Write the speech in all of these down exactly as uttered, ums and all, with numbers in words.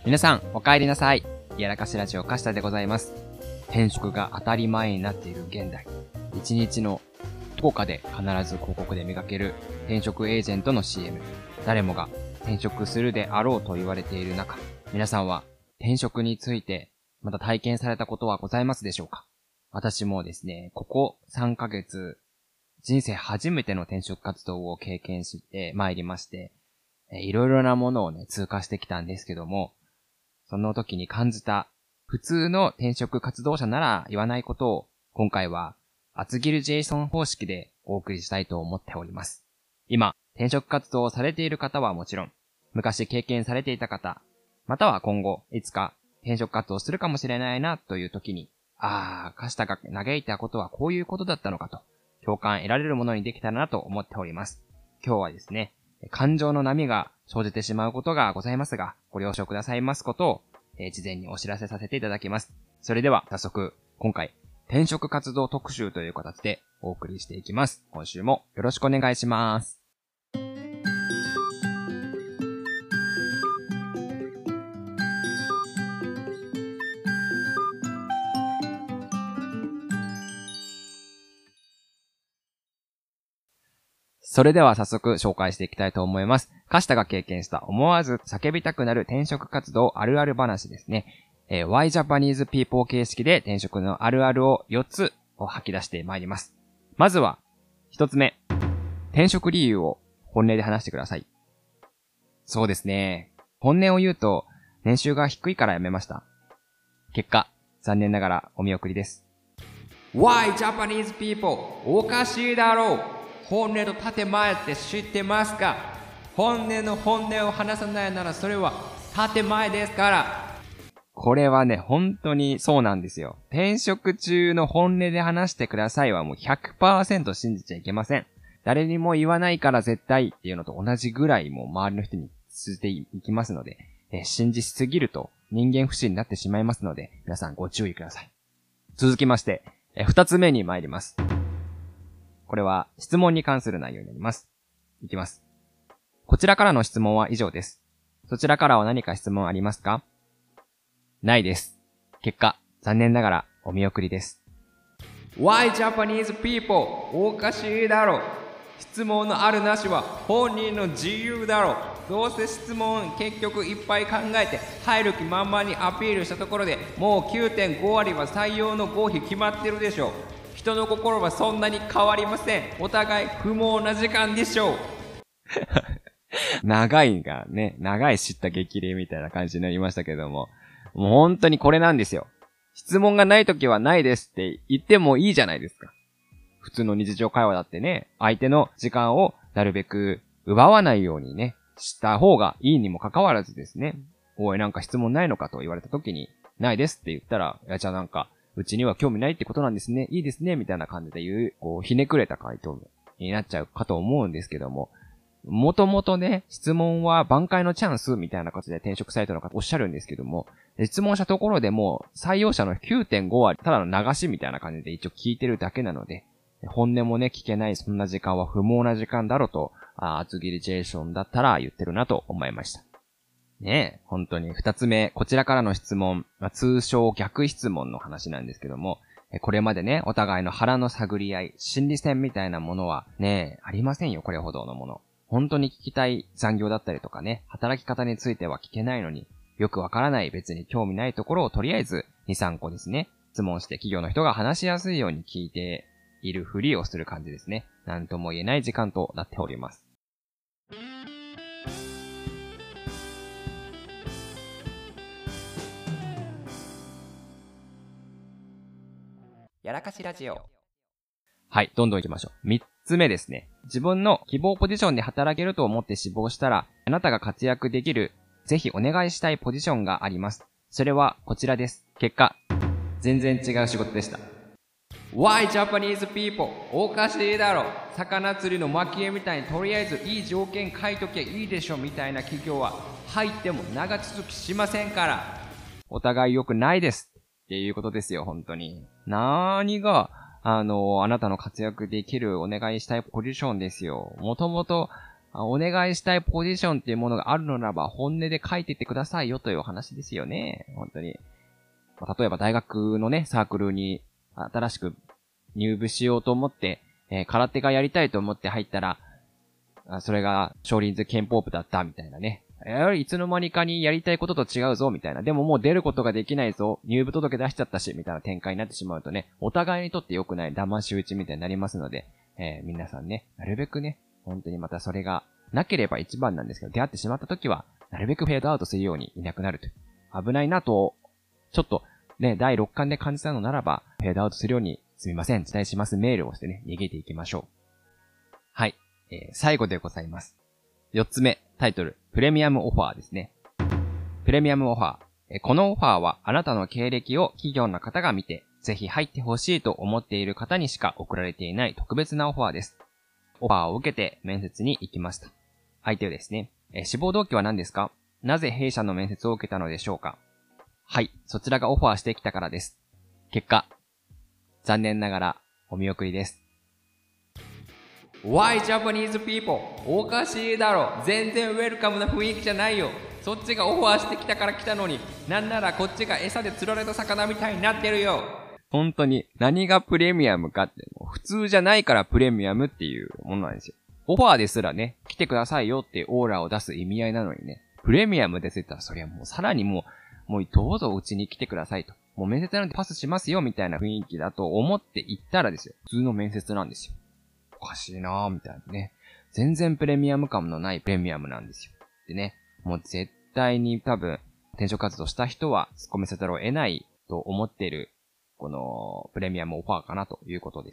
皆さん、お帰りなさい。やらかしラジオカシタでございます。転職が当たり前になっている現代。一日のどこかで必ず広告で見かける転職エージェントの シーエム。誰もが転職するであろうと言われている中、皆さんは転職についてまた体験されたことはございますでしょうか？私もですね、ここさんかげつ、人生初めての転職活動を経験してまいりまして、いろいろなものをね、通過してきたんですけども、その時に感じた普通の転職活動者なら言わないことを今回は厚切るジェイソン方式でお送りしたいと思っております。今、転職活動をされている方はもちろん、昔経験されていた方、または今後いつか転職活動をするかもしれないなという時に、ああ、カシタが嘆いたことはこういうことだったのかと共感得られるものにできたらなと思っております。今日はですね、感情の波が生じてしまうことがございますが、ご了承くださいますことを、えー、事前にお知らせさせていただきます。それでは早速、今回、転職活動特集という形でお送りしていきます。今週もよろしくお願いします。それでは早速紹介していきたいと思います。カシタが経験した思わず叫びたくなる転職活動あるある話ですね。えー、Why Japanese People 形式で転職のあるあるをよっつを吐き出してまいります。まずは、ひとつめ。転職理由を本音で話してください。そうですね。本音を言うと、年収が低いから辞めました。結果、残念ながらお見送りです。Why Japanese People おかしいだろう。本音と建前って知ってますか？本音の本音を話さないならそれは建前ですから。これはね、本当にそうなんですよ。転職中の本音で話してくださいはもう ひゃくパーセント 信じちゃいけません。誰にも言わないから絶対っていうのと同じぐらいもう周りの人に続いていきますので、え信じすぎると人間不信になってしまいますので、皆さんご注意ください。続きまして、え二つ目に参ります。これは質問に関する内容になります。いきます。こちらからの質問は以上です。そちらからは何か質問ありますか？ないです。結果、残念ながらお見送りです。Why Japanese people おかしいだろ。質問のあるなしは本人の自由だろ。どうせ質問結局いっぱい考えて入る気満々にアピールしたところでもう きゅうてんご 割は採用の合否決まってるでしょう。人の心はそんなに変わりません。お互い不毛な時間でしょう。長いがね、長い知った激励みたいな感じになりましたけども、もう本当にこれなんですよ。質問がないときはないですって言ってもいいじゃないですか。普通の日常会話だってね、相手の時間をなるべく奪わないようにね、した方がいいにもかかわらずですね、おいなんか質問ないのかと言われたときに、ないですって言ったら、いやじゃあなんか、うちには興味ないってことなんですね。いいですね。みたいな感じで言う、こう、ひねくれた回答になっちゃうかと思うんですけども、もともとね、質問は挽回のチャンスみたいな形で転職サイトの方おっしゃるんですけども、質問したところでも採用者の きゅうてんご 割、ただの流しみたいな感じで一応聞いてるだけなので、本音もね、聞けないそんな時間は不毛な時間だろうと、あ厚切りジェイソンだったら言ってるなと思いました。ねえ、本当に二つ目、こちらからの質問、まあ、通称逆質問の話なんですけども、これまでね、お互いの腹の探り合い、心理戦みたいなものはね、ありませんよ、これほどのもの。本当に聞きたい残業だったりとかね、働き方については聞けないのに、よくわからない別に興味ないところをとりあえずに、さんこですね、質問して企業の人が話しやすいように聞いているふりをする感じですね。なんとも言えない時間となっております。やらかしラジオ。はい、どんどん行きましょう。三つ目ですね。自分の希望ポジションで働けると思って志望したら、あなたが活躍できる、ぜひお願いしたいポジションがあります。それはこちらです。結果、全然違う仕事でした。Why Japanese people おかしいだろ。魚釣りの蒔絵みたいにとりあえずいい条件書いときゃいいでしょみたいな企業は入っても長続きしませんから。お互い良くないですっていうことですよ、本当に。なーにが、あの、あなたの活躍できるお願いしたいポジションですよ。もともと、 お願いしたいポジションっていうものがあるのならば、本音で書いていってくださいよというお話ですよね。本当に。例えば大学のね、サークルに新しく入部しようと思って、えー、空手がやりたいと思って入ったら、それが少林寺拳法部だったみたいなね。やはりいつの間にかにやりたいことと違うぞみたいな。でももう出ることができないぞ。入部届出しちゃったしみたいな展開になってしまうとね、お互いにとって良くない騙し討ちみたいになりますので、えー、皆さんね、なるべくね、本当にまたそれがなければ一番なんですけど、出会ってしまった時は、なるべくフェードアウトするようにいなくなると。危ないなと、ちょっとね、だいろっかんで感じたのならば、フェードアウトするようにすみません、辞退しますメールをしてね、逃げていきましょう。はい。えー、最後でございます。よっつめ、タイトル、プレミアムオファーですね。プレミアムオファー。えー、このオファーはあなたの経歴を企業の方が見て、ぜひ入ってほしいと思っている方にしか送られていない特別なオファーです。オファーを受けて面接に行きました。相手はですね、えー、志望動機は何ですか？なぜ弊社の面接を受けたのでしょうか？はい、そちらがオファーしてきたからです。結果、残念ながらお見送りです。Why Japanese people? おかしいだろ。全然ウェルカムな雰囲気じゃないよ。そっちがオファーしてきたから来たのに、なんならこっちが餌で釣られた魚みたいになってるよ。本当に何がプレミアムかって、普通じゃないからプレミアムっていうものなんですよ。オファーですらね、来てくださいよってオーラを出す意味合いなのにね、プレミアムですって言ったらそりゃもうさらにもう、もうどうぞうちに来てくださいと。もう面接なんでパスしますよみたいな雰囲気だと思って行ったらですよ。普通の面接なんですよ。おかしいなぁみたいなね。全然プレミアム感のないプレミアムなんですよ。でね、もう絶対に多分転職活動した人は突っ込めせざるを得ないと思っているこのプレミアムオファーかなということです。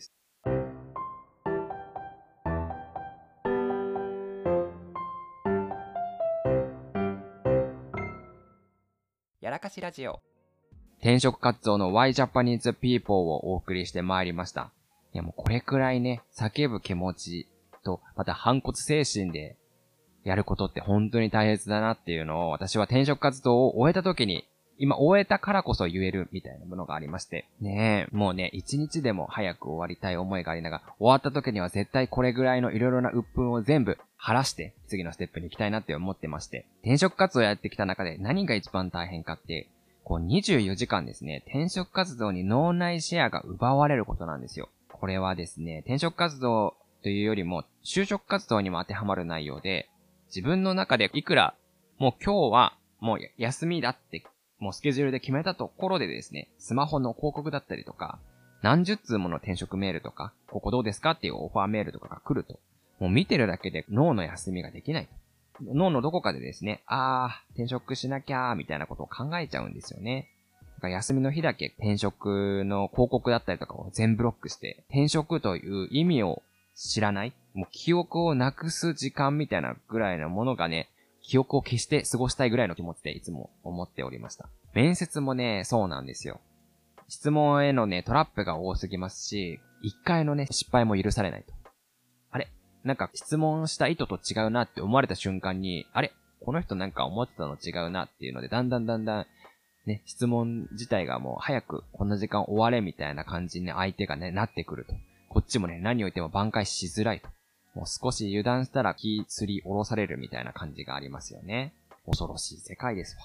やらかしラジオ。転職活動の Why Japanese People をお送りしてまいりました。いやもうこれくらいね、叫ぶ気持ちと、また反骨精神でやることって本当に大切だなっていうのを私は転職活動を終えた時に、今終えたからこそ言えるみたいなものがありまして。ねえ、もうね、一日でも早く終わりたい思いがありながら、終わった時には絶対これぐらいのいろいろな鬱憤を全部晴らして、次のステップに行きたいなって思ってまして。転職活動をやってきた中で何が一番大変かって、こうにじゅうよじかんですね、転職活動に脳内シェアが奪われることなんですよ。これはですね、転職活動というよりも、就職活動にも当てはまる内容で、自分の中でいくら、もう今日はもう休みだって、もうスケジュールで決めたところでですね、スマホの広告だったりとか、何十通もの転職メールとか、ここどうですかっていうオファーメールとかが来ると、もう見てるだけで脳の休みができないと。脳のどこかでですね、あー、転職しなきゃーみたいなことを考えちゃうんですよね。だから休みの日だけ転職の広告だったりとかを全ブロックして、転職という意味を知らない、もう記憶をなくす時間みたいなぐらいのものがね、記憶を消して過ごしたいぐらいの気持ちでいつも思っておりました。面接もね、そうなんですよ。質問へのね、トラップが多すぎますし、一回のね、失敗も許されないと。あれ？なんか質問した意図と違うなって思われた瞬間に、あれ？この人なんか思ってたの違うなっていうので、だんだんだんだん、ね、質問自体がもう早くこんな時間終われみたいな感じに、ね、相手がね、なってくると。こっちもね、何を言っても挽回しづらいと。もう少し油断したら気吊り下ろされるみたいな感じがありますよね。恐ろしい世界ですわ。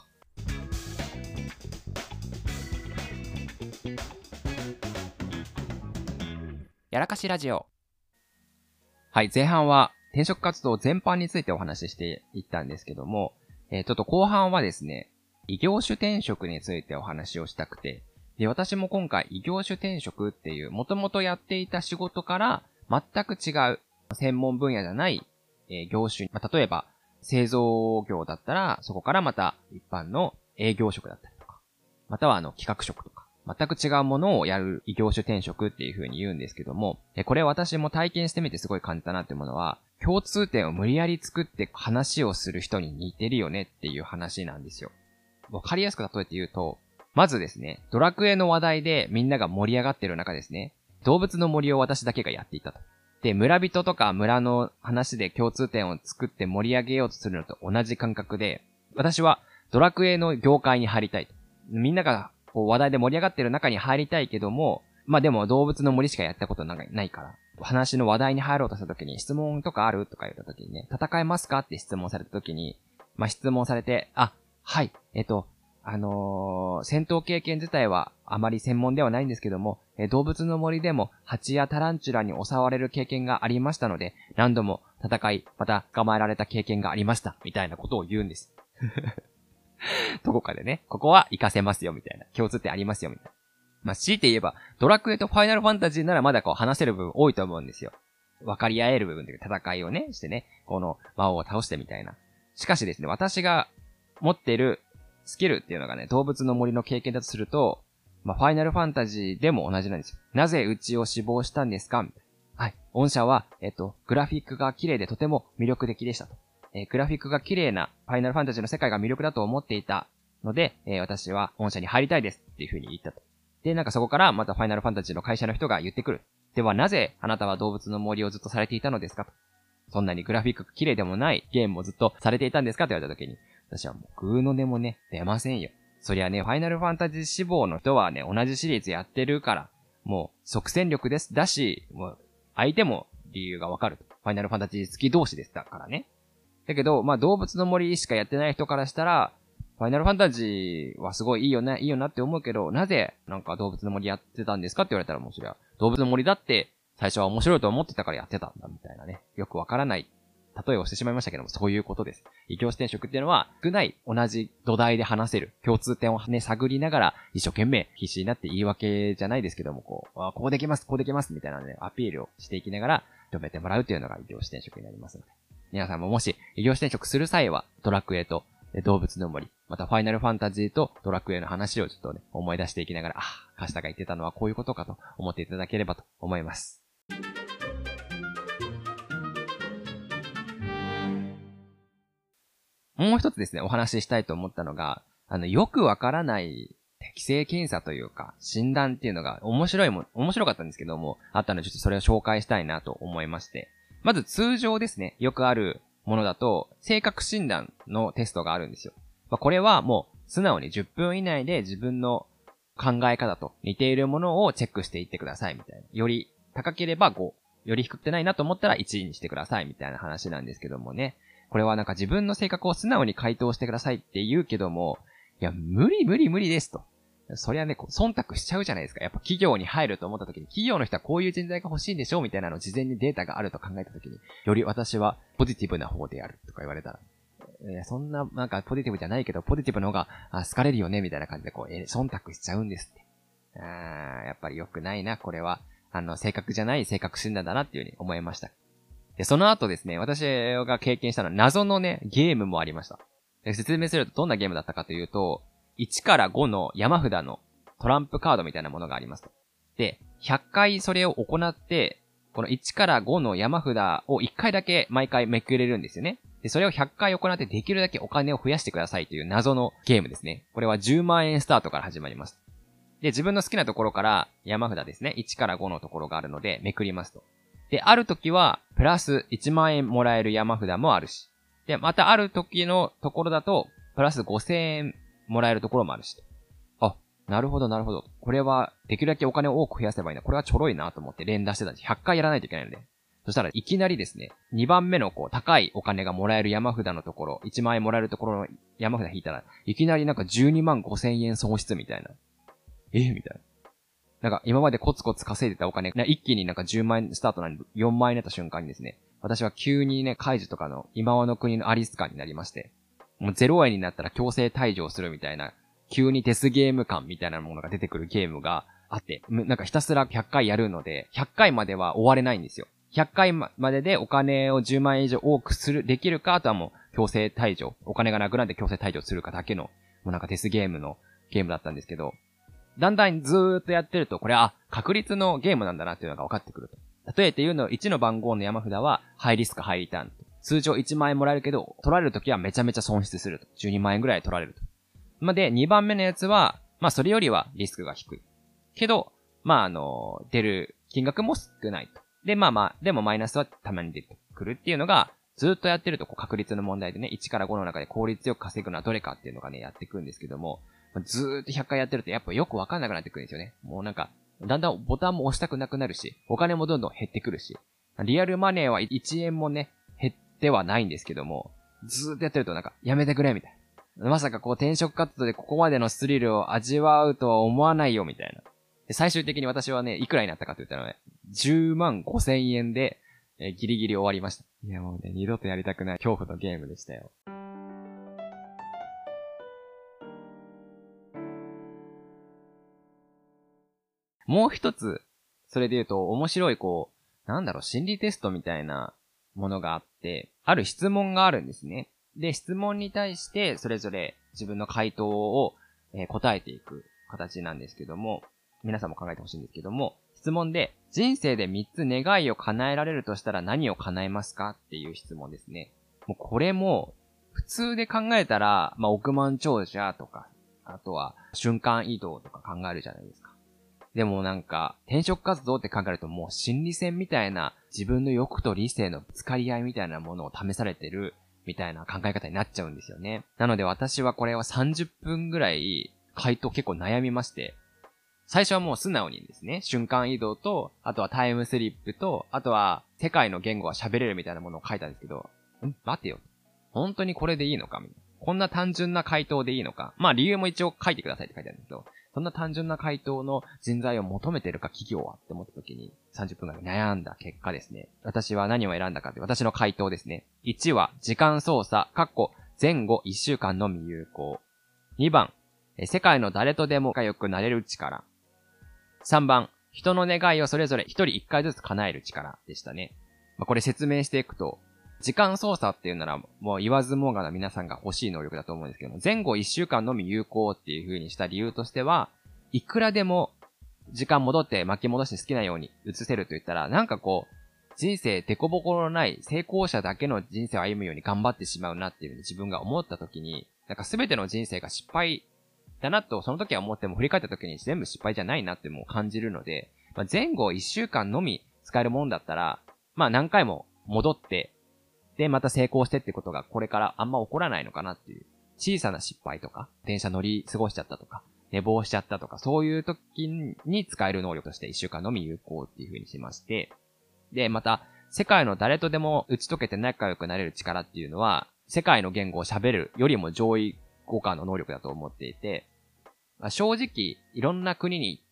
やらかしラジオ。はい、前半は転職活動全般についてお話ししていったんですけども、えー、ちょっと後半はですね、異業種転職についてお話をしたくて、で、私も今回異業種転職っていう、もともとやっていた仕事から全く違う、専門分野じゃない、えー、業種、まあ、例えば製造業だったらそこからまた一般の営業職だったりとか、またはあの企画職とか、全く違うものをやる異業種転職っていう風に言うんですけども、えこれ私も体験してみてすごい感じたなってものは、共通点を無理やり作って話をする人に似てるよねっていう話なんですよ。わかりやすく例えて言うと、まずですね、ドラクエの話題でみんなが盛り上がってる中ですね、動物の森を私だけがやっていたと。で、村人とか村の話で共通点を作って盛り上げようとするのと同じ感覚で、私はドラクエの業界に入りたいと。みんながこう話題で盛り上がってる中に入りたいけども、 まあでも動物の森しかやったことないから、話の話題に入ろうとした時に質問とかあるとか言った時にね、戦えますかって質問された時に、まあ質問されて、あ、はい、えっと、あのー、戦闘経験自体はあまり専門ではないんですけども、え動物の森でも蜂やタランチュラに襲われる経験がありましたので、何度も戦い、また捕まえられた経験がありました、みたいなことを言うんです。どこかでね、ここは活かせますよ、みたいな。共通点ありますよ、みたいな。まあ、強いて言えば、ドラクエとファイナルファンタジーならまだこう話せる部分多いと思うんですよ。分かり合える部分というか戦いをね、してね、この魔王を倒してみたいな。しかしですね、私が持ってるスキルっていうのがね、動物の森の経験だとすると、まあ、ファイナルファンタジーでも同じなんですよ。なぜうちを死亡したんですかみたいな。はい。御社は、えっと、グラフィックが綺麗でとても魅力的でしたと。えー、グラフィックが綺麗なファイナルファンタジーの世界が魅力だと思っていたので、えー、私は御社に入りたいですっていう風に言ったと。で、なんかそこからまたファイナルファンタジーの会社の人が言ってくる。ではなぜあなたは動物の森をずっとされていたのですかと。そんなにグラフィック綺麗でもないゲームをずっとされていたんですかと言われた時に、私はもうグーの音もね、出ませんよ。そりゃね、ファイナルファンタジー志望の人はね、同じシリーズやってるから、もう即戦力です。だし、もう相手も理由がわかると。ファイナルファンタジー好き同士ですだからね。だけど、まあ動物の森しかやってない人からしたら、ファイナルファンタジーはすごいいいよね、いいよなって思うけど、なぜなんか動物の森やってたんですかって言われたらもうそりゃ、動物の森だって最初は面白いと思ってたからやってたんだみたいなね。よくわからない例えをしてしまいましたけども、そういうことです。異業種転職っていうのは、少ない同じ土台で話せる、共通点をね、探りながら、一生懸命必死になって言い訳じゃないですけども、こう、あこうできます、こうできます、みたいなね、アピールをしていきながら、認めてもらうというのが異業種転職になりますので。皆さんももし、異業種転職する際は、ドラクエと動物の森、またファイナルファンタジーとドラクエの話をちょっとね、思い出していきながら、あ、カシタが言ってたのはこういうことかと思っていただければと思います。もう一つですね、お話ししたいと思ったのが、あの、よくわからない適性検査というか、診断っていうのが面白いもん、面白かったんですけども、あったのでちょっとそれを紹介したいなと思いまして。まず通常ですね、よくあるものだと、性格診断のテストがあるんですよ。まあ、これはもう、素直にじゅっぷん以内で自分の考え方と似ているものをチェックしていってくださいみたいな。より高ければご、より低くてないなと思ったらいちにしてくださいみたいな話なんですけどもね。これはなんか自分の性格を素直に回答してくださいって言うけども、いや、無理無理無理ですと。そりゃね、忖度しちゃうじゃないですか。やっぱ企業に入ると思った時に、企業の人はこういう人材が欲しいんでしょうみたいなのを事前にデータがあると考えた時に、より私はポジティブな方であるとか言われたら、いや、そんな、なんかポジティブじゃないけど、ポジティブの方が、あ、好かれるよねみたいな感じでこう、え忖度しちゃうんですって。あー、やっぱり良くないな、これは。あの、性格じゃない性格診断だなっていう風に思いました。で、その後ですね、私が経験したのは謎のね、ゲームもありました。で、説明するとどんなゲームだったかというと、いちからごの山札のトランプカードみたいなものがありますと。で、ひゃっかいそれを行って、このいちからごの山札をいっかいだけ毎回めくれるんですよね。で、それをひゃっかい行ってできるだけお金を増やしてくださいという謎のゲームですね。これはじゅうまんえんスタートから始まります。で、自分の好きなところから山札ですね。いちからごのところがあるのでめくりますと。で、ある時は、プラスいちまんえんもらえる山札もあるし。で、またある時のところだと、プラスごせんえんもらえるところもあるし。あ、なるほどなるほど。これは、できるだけお金を多く増やせばいいな。これはちょろいなと思って連打してたんです。ひゃっかいやらないといけないので。そしたらいきなりですね、にばんめのこう、高いお金がもらえる山札のところ、いちまんえんもらえるところの山札引いたら、いきなりなんかじゅうにまんごせんえん損失みたいな。えみたいな。なんか今までコツコツ稼いでたお金、一気になんかじゅうまんえんスタートなのによんまんえんになった瞬間にですね、私は急にね、カイジとかの今和の国のアリス感になりまして、もうゼロえんになったら強制退場するみたいな、急にデスゲーム感みたいなものが出てくるゲームがあって、なんかひたすらひゃっかいやるので、ひゃっかいまでは終われないんですよ。ひゃっかいまででお金をじゅうまんえん以上多くする、できるか、あとはもう強制退場。お金がなくなって強制退場するかだけの、もうなんかデスゲームのゲームだったんですけど、だんだんずーっとやってると、これは確率のゲームなんだなっていうのが分かってくると。例えて言うの、いちの番号の山札は、ハイリスクハイリターン。通常いちまんえんもらえるけど、取られるときはめちゃめちゃ損失すると。じゅうにまんえんぐらい取られると。まあ、で、にばんめのやつは、まあ、それよりはリスクが低い。けど、まあ、あの、出る金額も少ないと。で、まあまあ、でもマイナスはたまに出てくるっていうのが、ずっとやってるとこう確率の問題でね、いちからごの中で効率よく稼ぐのはどれかっていうのがね、やってくるんですけども、ずーっとひゃっかいやってるとやっぱよくわかんなくなってくるんですよね。もうなんか、 だんだんボタンも押したくなくなるし、お金もどんどん減ってくるし、リアルマネーはいちえんもね、減ってはないんですけども、ずーっとやってるとなんか、やめてくれみたいな。まさかこう転職活動でここまでのスリルを味わうとは思わないよみたいな。で最終的に私はね、いくらになったかと言ったらね、じゅうまんごせんえんで、えー、ギリギリ終わりました。いやもうね、二度とやりたくない恐怖のゲームでしたよ。もう一つ、それで言うと面白いこう、なんだろう、心理テストみたいなものがあって、ある質問があるんですね。で、質問に対してそれぞれ自分の回答を、えー、答えていく形なんですけども、皆さんも考えてほしいんですけども、質問で人生でみっつ願いを叶えられるとしたら何を叶えますかっていう質問ですね。もうこれも普通で考えたら、まあ、億万長者とか、あとは瞬間移動とか考えるじゃないですか。でもなんか、転職活動って考えるともう心理戦みたいな自分の欲と理性のぶつかり合いみたいなものを試されてるみたいな考え方になっちゃうんですよね。なので私はこれはさんじゅっぷんぐらい回答結構悩みまして、最初はもう素直にですね、瞬間移動と、あとはタイムスリップと、あとは世界の言語が喋れるみたいなものを書いたんですけど、ん待てよ。本当にこれでいいのかみたいな。こんな単純な回答でいいのか。まあ理由も一応書いてくださいって書いてあるんですけど、そんな単純な回答の人材を求めてるか企業はって思った時にさんじゅっぷんぐらい悩んだ結果ですね。私は何を選んだかって私の回答ですね。いちは時間操作、かっこ前後いっしゅうかんのみ有効。にばん、世界の誰とでも仲良くなれる力。さんばん、人の願いをそれぞれひとりいっかいずつ叶える力でしたね。まあ、これ説明していくと、時間操作っていうならもう言わずもがな皆さんが欲しい能力だと思うんですけども、前後いっしゅうかんのみ有効っていう風にした理由としては、いくらでも時間戻って巻き戻して好きなように移せると言ったら、なんかこう、人生デコボコのない成功者だけの人生を歩むように頑張ってしまうなっていう風に自分が思った時に、なんか全ての人生が失敗だなとその時は思っても振り返った時に全部失敗じゃないなってもう感じるので、まあ、前後いっしゅうかんのみ使えるもんだったら、まあ何回も戻って、でまた成功してってことがこれからあんま起こらないのかなっていう。小さな失敗とか、電車乗り過ごしちゃったとか、寝坊しちゃったとか、そういう時に使える能力としていっしゅうかんのみ有効っていう風にしまして、で、また、世界の誰とでも打ち解けて仲良くなれる力っていうのは、世界の言語を喋るよりも上位互換の能力だと思っていて、まあ、正直、いろんな国に行って、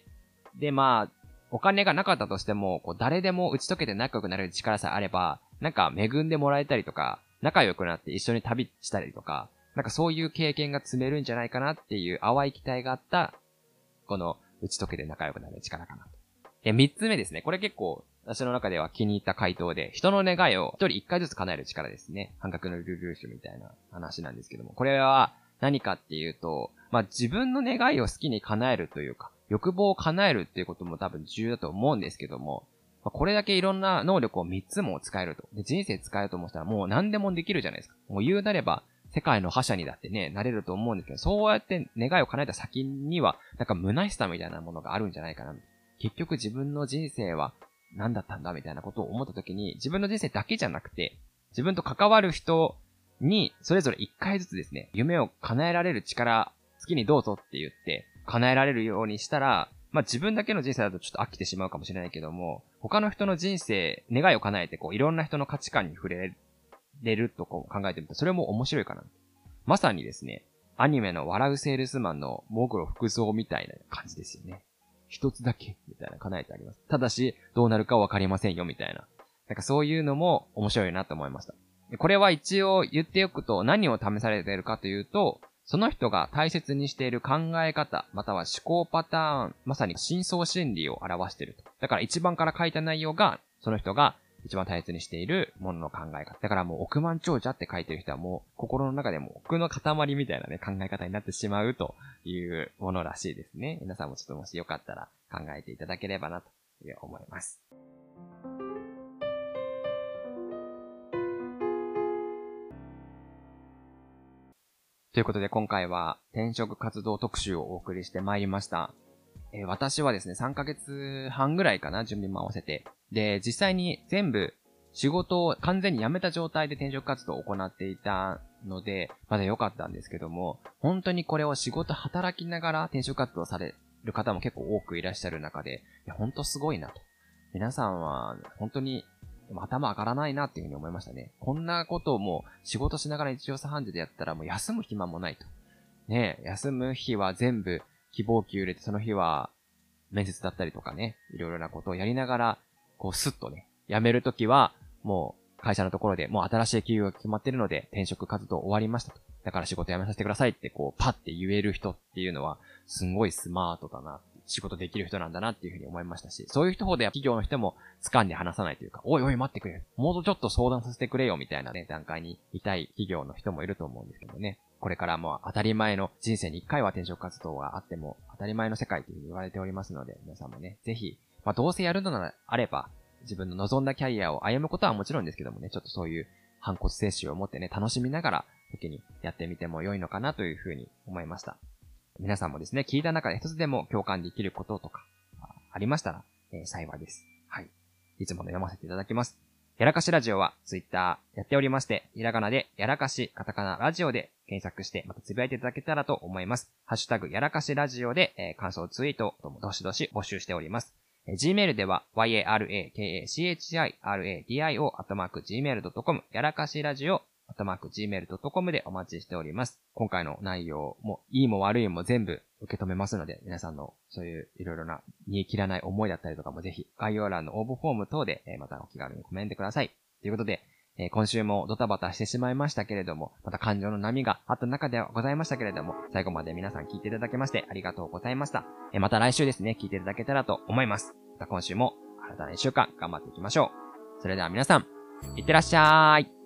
で、まあ、お金がなかったとしても、こう誰でも打ち解けて仲良くなれる力さえあれば、なんか恵んでもらえたりとか、仲良くなって一緒に旅したりとか、なんかそういう経験が積めるんじゃないかなっていう淡い期待があった、この打ち解けて仲良くなれる力かなと。で、三つ目ですね。これ結構、私の中では気に入った回答で、人の願いを一人一回ずつ叶える力ですね。半角のルルーシュみたいな話なんですけども。これは何かっていうと、まあ、自分の願いを好きに叶えるというか、欲望を叶えるっていうことも多分重要だと思うんですけども、まあ、これだけいろんな能力を三つも使えると。で、人生使えると思ったらもう何でもできるじゃないですか。もう言うなれば、世界の覇者にだってね、なれると思うんですけど、そうやって願いを叶えた先には、なんか虚しさみたいなものがあるんじゃないかな。結局自分の人生は何だったんだみたいなことを思った時に、自分の人生だけじゃなくて、自分と関わる人に、それぞれ一回ずつですね、夢を叶えられる力、好きにどうぞって言って、叶えられるようにしたら、まあ自分だけの人生だとちょっと飽きてしまうかもしれないけども、他の人の人生、願いを叶えてこう、いろんな人の価値観に触れれるとこう考えてみると、それも面白いかな。まさにですね、アニメの笑うセールスマンのモグロ福蔵みたいな感じですよね。一つだけ、みたいな叶えてあります。ただし、どうなるかわかりませんよ、みたいな。なんかそういうのも面白いなと思いました。これは一応言っておくと何を試されているかというと、その人が大切にしている考え方、または思考パターン、まさに深層心理を表していると。だから一番から書いた内容が、その人が一番大切にしているものの考え方。だからもう億万長者って書いてる人はもう心の中でも億の塊みたいなね考え方になってしまうというものらしいですね。皆さんもちょっともしよかったら考えていただければなと思います。ということで今回は転職活動特集をお送りしてまいりました。えー、私はですね、さんかげつはんぐらいかな、準備も合わせて。で、実際に全部仕事を完全に辞めた状態で転職活動を行っていたので、まだ良かったんですけども、本当にこれを仕事働きながら転職活動される方も結構多くいらっしゃる中で、いや、ほんとすごいなと。皆さんは、本当に、頭上がらないなっていうふうに思いましたね。こんなことをもう仕事しながら日常茶飯事でやったらもう休む暇もないと。ねえ、休む日は全部希望給入れて、その日は面接だったりとかね、いろいろなことをやりながら、こうスッとね、辞めるときは、もう会社のところでもう新しい企業が決まってるので転職活動終わりましたと。だから仕事辞めさせてくださいってこうパッて言える人っていうのは、すんごいスマートだな。仕事できる人なんだなっていうふうに思いましたし、そういう人ほど企業の人も掴んで話さないというか、おいおい待ってくれ。もうちょっと相談させてくれよみたいなね、段階にいたい企業の人もいると思うんですけどね。これからもう当たり前の人生に一回は転職活動があっても当たり前の世界というふうに言われておりますので、皆さんもね、ぜひ、まあどうせやるのならあれば、自分の望んだキャリアを歩むことはもちろんですけどもね、ちょっとそういう反骨精神を持ってね、楽しみながら時にやってみても良いのかなというふうに思いました。皆さんもですね、聞いた中で一つでも共感できることとか、ありましたら、えー、幸いです。はい。いつもの読ませていただきます。やらかしラジオはツイッターやっておりまして、ひらがなでやらかし、カタカナラジオで検索して、またつぶやいていただけたらと思います。ハッシュタグやらかしラジオで、えー、感想ツイートともどしどし募集しております。えー、Gmail では ヤラカシラジオ アットマーク ジーメールドットコム やらかしラジオアットマーク ジーメールドットコム でお待ちしております。今回の内容も、いいも悪いも全部受け止めますので、皆さんのそういういろいろな煮え切らない思いだったりとかもぜひ、概要欄の応募フォーム等で、えー、またお気軽にコメントください。ということで、えー、今週もドタバタしてしまいましたけれども、また感情の波があった中ではございましたけれども、最後まで皆さん聞いていただきましてありがとうございました。えー、また来週ですね、聞いていただけたらと思います。また今週も新たな一週間頑張っていきましょう。それでは皆さん、いってらっしゃーい。